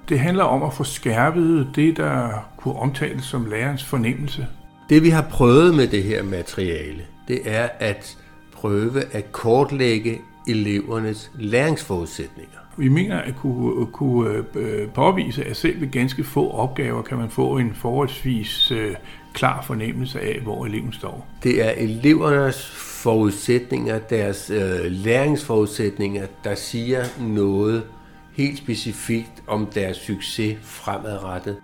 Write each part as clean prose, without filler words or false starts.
Det handler om at få skærpet det, der kunne omtales som lærerens fornemmelse. Det vi har prøvet med det her materiale, det er at prøve at kortlægge elevernes læringsforudsætninger. Vi mener at kunne påvise, at selv ved ganske få opgaver kan man få en forholdsvis klar fornemmelse af, hvor eleven står. Det er elevernes forudsætninger, deres læringsforudsætninger, der siger noget helt specifikt om deres succes fremadrettet.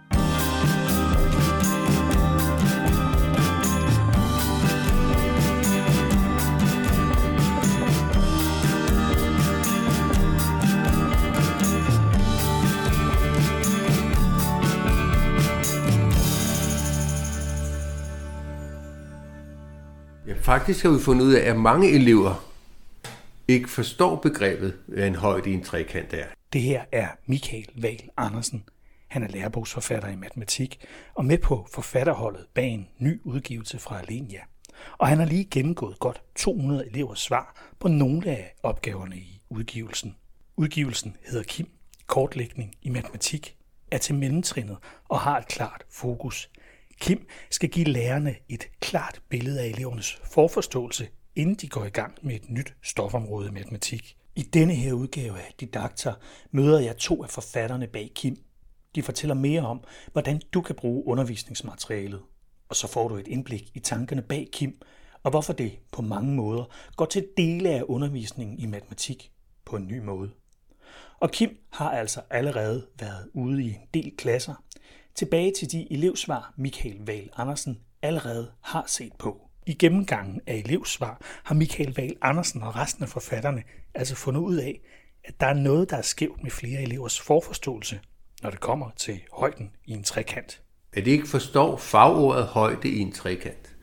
Faktisk har vi fundet ud af, at mange elever ikke forstår begrebet, hvad en højde i en trekant er. Det her er Michael Wahl Andersen. Han er lærebogsforfatter i matematik og med på forfatterholdet bag en ny udgivelse fra Alenia. Og han har lige gennemgået godt 200 elevers svar på nogle af opgaverne i udgivelsen. Udgivelsen hedder Kim, kortlægning i matematik, er til mellemtrinnet og har et klart fokus. Kim skal give lærerne et klart billede af elevernes forforståelse, inden de går i gang med et nyt stofområde i matematik. I denne her udgave af Didakter møder jeg to af forfatterne bag Kim. De fortæller mere om, hvordan du kan bruge undervisningsmaterialet. Og så får du et indblik i tankerne bag Kim, og hvorfor det på mange måder går til dele af undervisningen i matematik på en ny måde. Og Kim har altså allerede været ude i en del klasser. Tilbage til de elevsvar, Michael Wahl Andersen allerede har set på. I gennemgangen af elevsvar har Michael Wahl Andersen og resten af forfatterne altså fundet ud af, at der er noget, der er skævt med flere elevers forforståelse, når det kommer til højden i en trekant. At de ikke forstår fagordet højde i en trekant.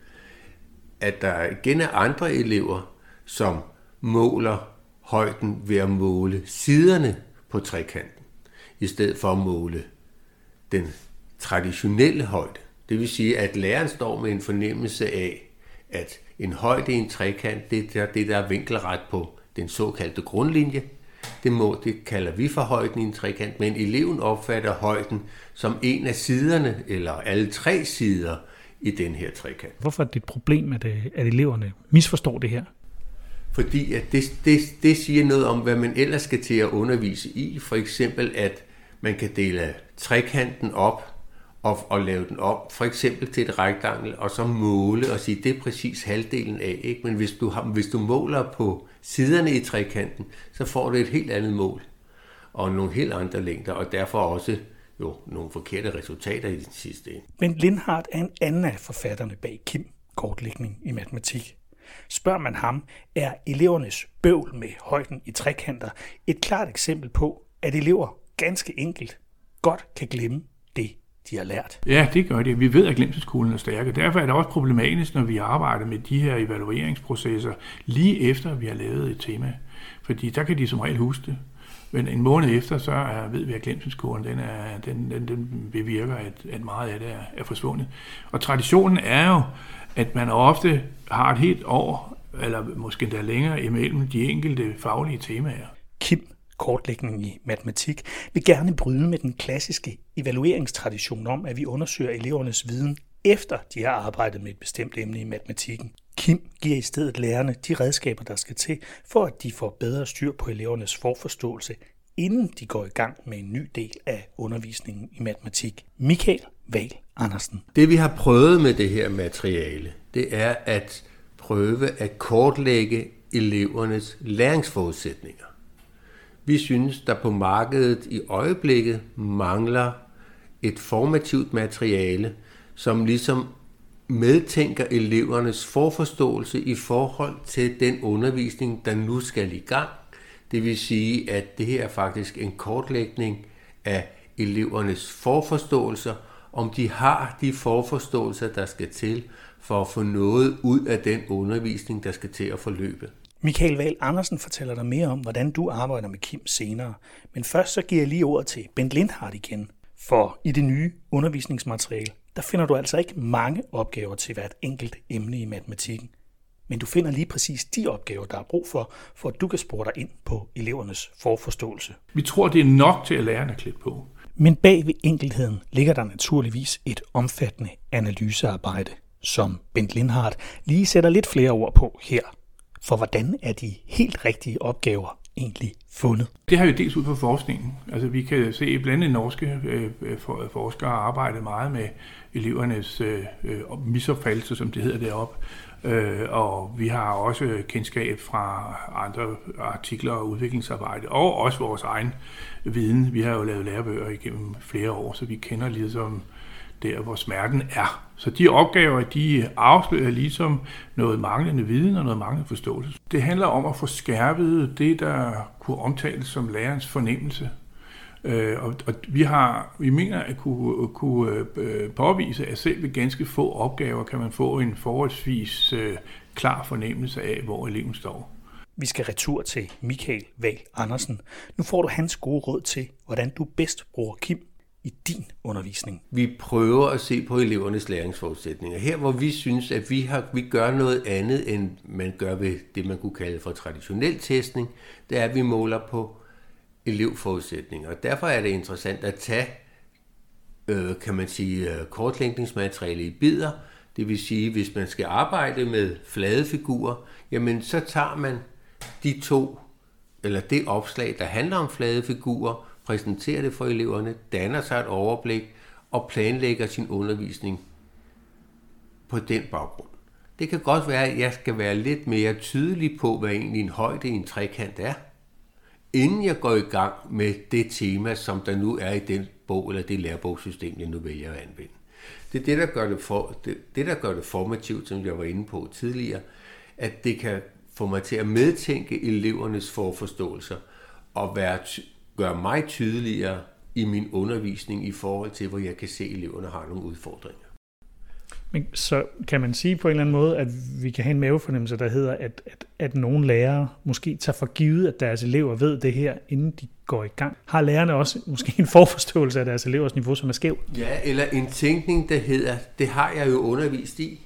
At der igen er andre elever, som måler højden ved at måle siderne på trekanten, i stedet for at måle den traditionelle højde. Det vil sige, at læreren står med en fornemmelse af, at en højde i en trekant, det er det, der er vinkelret på den såkaldte grundlinje. Det kalder vi for højden i en trekant, men eleven opfatter højden som en af siderne, eller alle tre sider i den her trekant. Hvorfor er det et problem, at eleverne misforstår det her? Fordi at det siger noget om, hvad man ellers skal til at undervise i. For eksempel, at man kan dele trekanten op og lave den op, for eksempel til et rektangel, og så måle og sige, det er præcis halvdelen af. Ikke? Men hvis du måler på siderne i trekanten, så får du et helt andet mål, og nogle helt andre længder, og derfor også nogle forkerte resultater i den sidste ende. Men Lindhardt er en anden af forfatterne bag Kim, kortlægning i matematik. Spørger man ham, er elevernes bøvl med højden i trekanter et klart eksempel på, at elever ganske enkelt godt kan glemme det, de har lært. Ja, det gør det. Vi ved, at glemselsskolen er stærke. Derfor er det også problematisk, når vi arbejder med de her evalueringsprocesser, lige efter vi har lavet et tema. Fordi der kan de som regel huske det. Men en måned efter, så ved vi, at glemselsskolen den bevirker, at meget af det er forsvundet. Og traditionen er jo, at man ofte har et helt år, eller måske endda længere, imellem de enkelte faglige temaer. Kim, kortlægning i matematik, vil gerne bryde med den klassiske evalueringstradition om, at vi undersøger elevernes viden, efter de har arbejdet med et bestemt emne i matematikken. Kim giver i stedet lærerne de redskaber, der skal til, for at de får bedre styr på elevernes forforståelse, inden de går i gang med en ny del af undervisningen i matematik. Michael Wahl Andersen. Det vi har prøvet med det her materiale, det er at prøve at kortlægge elevernes læringsforudsætninger. Vi synes, der på markedet i øjeblikket mangler et formativt materiale, som ligesom medtænker elevernes forforståelse i forhold til den undervisning, der nu skal i gang. Det vil sige, at det her er faktisk en kortlægning af elevernes forforståelser, om de har de forforståelser, der skal til for at få noget ud af den undervisning, der skal til at forløbe. Michael Wahl Andersen fortæller dig mere om, hvordan du arbejder med Kim senere. Men først så giver jeg lige ordet til Bent Lindhardt igen. For i det nye undervisningsmateriale, der finder du altså ikke mange opgaver til hvert enkelt emne i matematikken. Men du finder lige præcis de opgaver, der er brug for at du kan spore dig ind på elevernes forforståelse. Vi tror, det er nok til, at læreren er klædt på. Men bag ved enkelheden ligger der naturligvis et omfattende analysearbejde, som Bent Lindhardt lige sætter lidt flere ord på her. For hvordan er de helt rigtige opgaver egentlig fundet? Det har jo dels ud på forskningen. Altså vi kan se blandt andet norske forskere arbejde meget med elevernes misopfattelse, som det hedder deroppe. Og vi har også kendskab fra andre artikler og udviklingsarbejde, og også vores egen viden. Vi har jo lavet lærebøger igennem flere år, så vi kender ligesom der, hvor smerten er. Så de opgaver, de afslører ligesom noget manglende viden og noget manglende forståelse. Det handler om at få skærpet det, der kunne omtales som lærerens fornemmelse. Og vi mener at kunne påvise, at selv ved ganske få opgaver kan man få en forholdsvis klar fornemmelse af, hvor eleven står. Vi skal retur til Michael Wahl Andersen. Nu får du hans gode råd til, hvordan du bedst bruger Kim i din undervisning. Vi prøver at se på elevernes læringsforudsætninger. Her, hvor vi synes, at vi gør noget andet, end man gør ved det, man kunne kalde for traditionel testning, det er, at vi måler på elevforudsætninger. Og derfor er det interessant at tage, kan man sige, kortlægningsmateriale i bidder. Det vil sige, hvis man skal arbejde med flade figurer, jamen så tager man det opslag, der handler om flade figurer, præsenterer det for eleverne, danner sig et overblik og planlægger sin undervisning på den baggrund. Det kan godt være, at jeg skal være lidt mere tydelig på, hvad egentlig en højde i en trekant er, inden jeg går i gang med det tema, som der nu er i den bog eller det lærebogssystem, jeg nu vælger at anvende. Det er det, der gør det formativt, som jeg var inde på tidligere, at det kan få mig til at medtænke elevernes forforståelser og gøre mig tydeligere i min undervisning i forhold til, hvor jeg kan se, at eleverne har nogle udfordringer. Men så kan man sige på en eller anden måde, at vi kan have en mavefornemmelse, der hedder, at nogle lærere måske tager for givet, at deres elever ved det her, inden de går i gang. Har lærerne også måske en forforståelse af deres elevers niveau, som er skæv? Ja, eller en tænkning, der hedder, det har jeg jo undervist i.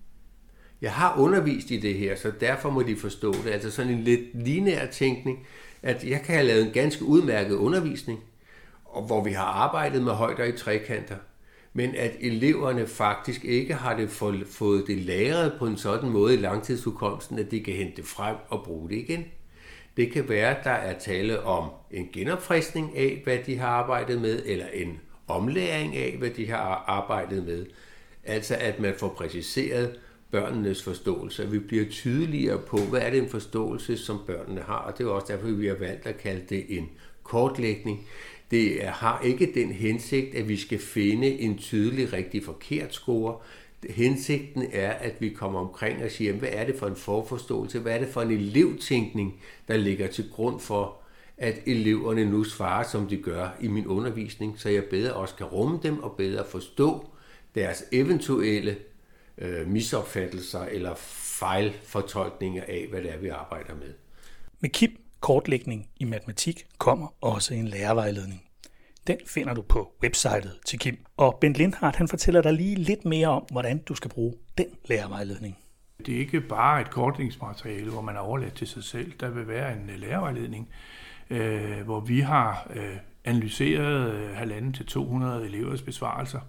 Jeg har undervist i det her, så derfor må de forstå det. Altså sådan en lidt lineær tænkning, at jeg kan have lavet en ganske udmærket undervisning, og hvor vi har arbejdet med højder i trekanter, men at eleverne faktisk ikke har fået det lagret på en sådan måde i langtidshukommelsen, at de kan hente det frem og bruge det igen. Det kan være, at der er tale om en genopfriskning af, hvad de har arbejdet med, eller en omlæring af, hvad de har arbejdet med. Altså at man får præciseret børnenes forståelse, at vi bliver tydeligere på, hvad er det en forståelse, som børnene har, og det er også derfor, vi har valgt at kalde det en kortlægning. Det har ikke den hensigt, at vi skal finde en tydelig, rigtig forkert score. Hensigten er, at vi kommer omkring og siger, hvad er det for en forforståelse, hvad er det for en elevtænkning, der ligger til grund for, at eleverne nu svarer, som de gør i min undervisning, så jeg bedre også kan rumme dem og bedre forstå deres eventuelle misopfattelser eller fejlfortolkninger af, hvad det er, vi arbejder med. Med KIM kortlægning i matematik kommer også en lærervejledning. Den finder du på websitet til KIM. Og Bent Lindhardt, han fortæller dig lige lidt mere om, hvordan du skal bruge den lærervejledning. Det er ikke bare et kortlægningsmateriale, hvor man er overladt til sig selv. Der vil være en lærervejledning, hvor vi har analyseret 150-200 elevers besvarelser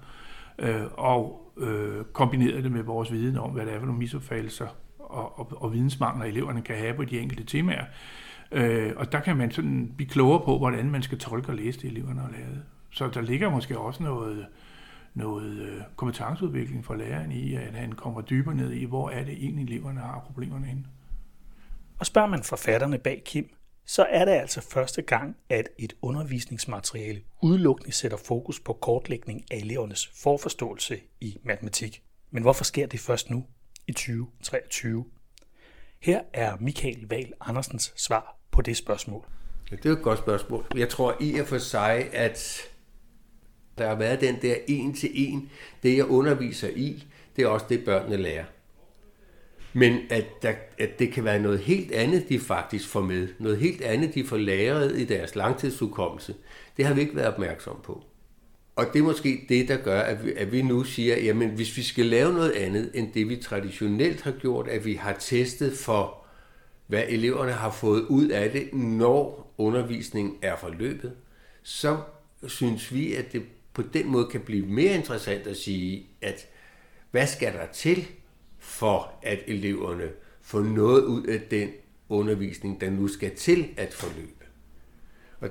og kombineret det med vores viden om, hvad det er for nogle misopfattelser og vidensmangler, eleverne kan have på de enkelte temaer. Og der kan man sådan blive klogere på, hvordan man skal tolke og læse det, eleverne har lavet. Så der ligger måske også noget kompetenceudvikling for læreren i, at han kommer dybere ned i, hvor er det egentlig, eleverne har problemerne henne. Og spørger man forfatterne bag KIM, så er det altså første gang, at et undervisningsmateriale udelukkende sætter fokus på kortlægning af elevernes forforståelse i matematik. Men hvorfor sker det først nu i 2023? Her er Michael Wahl Andersens svar på det spørgsmål. Ja, det er et godt spørgsmål. Jeg tror i og for sig, at der har været den der en til en. Det jeg underviser i, det er også det børnene lærer. Men at det kan være noget helt andet, de faktisk får med. Noget helt andet, de får lagret i deres langtidshukommelse. Det har vi ikke været opmærksom på. Og det er måske det, der gør, at vi nu siger, jamen hvis vi skal lave noget andet, end det vi traditionelt har gjort, at vi har testet for, hvad eleverne har fået ud af det, når undervisningen er forløbet, så synes vi, at det på den måde kan blive mere interessant at sige, at hvad skal der til for, at eleverne får noget ud af den undervisning, der nu skal til at forløbe. Og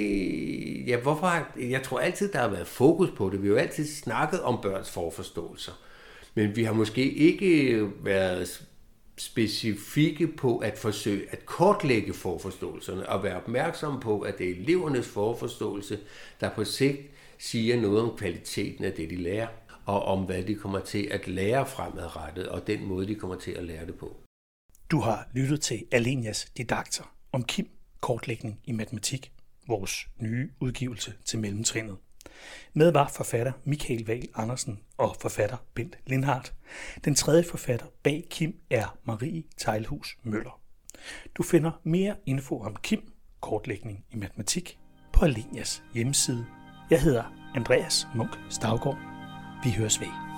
jeg tror altid, der har været fokus på det. Vi har jo altid snakket om børns forforståelser, men vi har måske ikke været specifikke på at forsøge at kortlægge forforståelserne og være opmærksomme på, at det er elevernes forforståelse, der på sigt siger noget om kvaliteten af det, de lærer, og om hvad de kommer til at lære fremadrettet, og den måde, de kommer til at lære det på. Du har lyttet til Alenias Didakter om Kim, kortlægning i matematik, vores nye udgivelse til mellemtrinnet. Med var forfatter Michael Wahl Andersen og forfatter Bent Lindhardt. Den tredje forfatter bag Kim er Marie Teglhus Møller. Du finder mere info om Kim, kortlægning i matematik, på Alenias hjemmeside. Jeg hedder Andreas Munk Staugaard. Vi høres ved.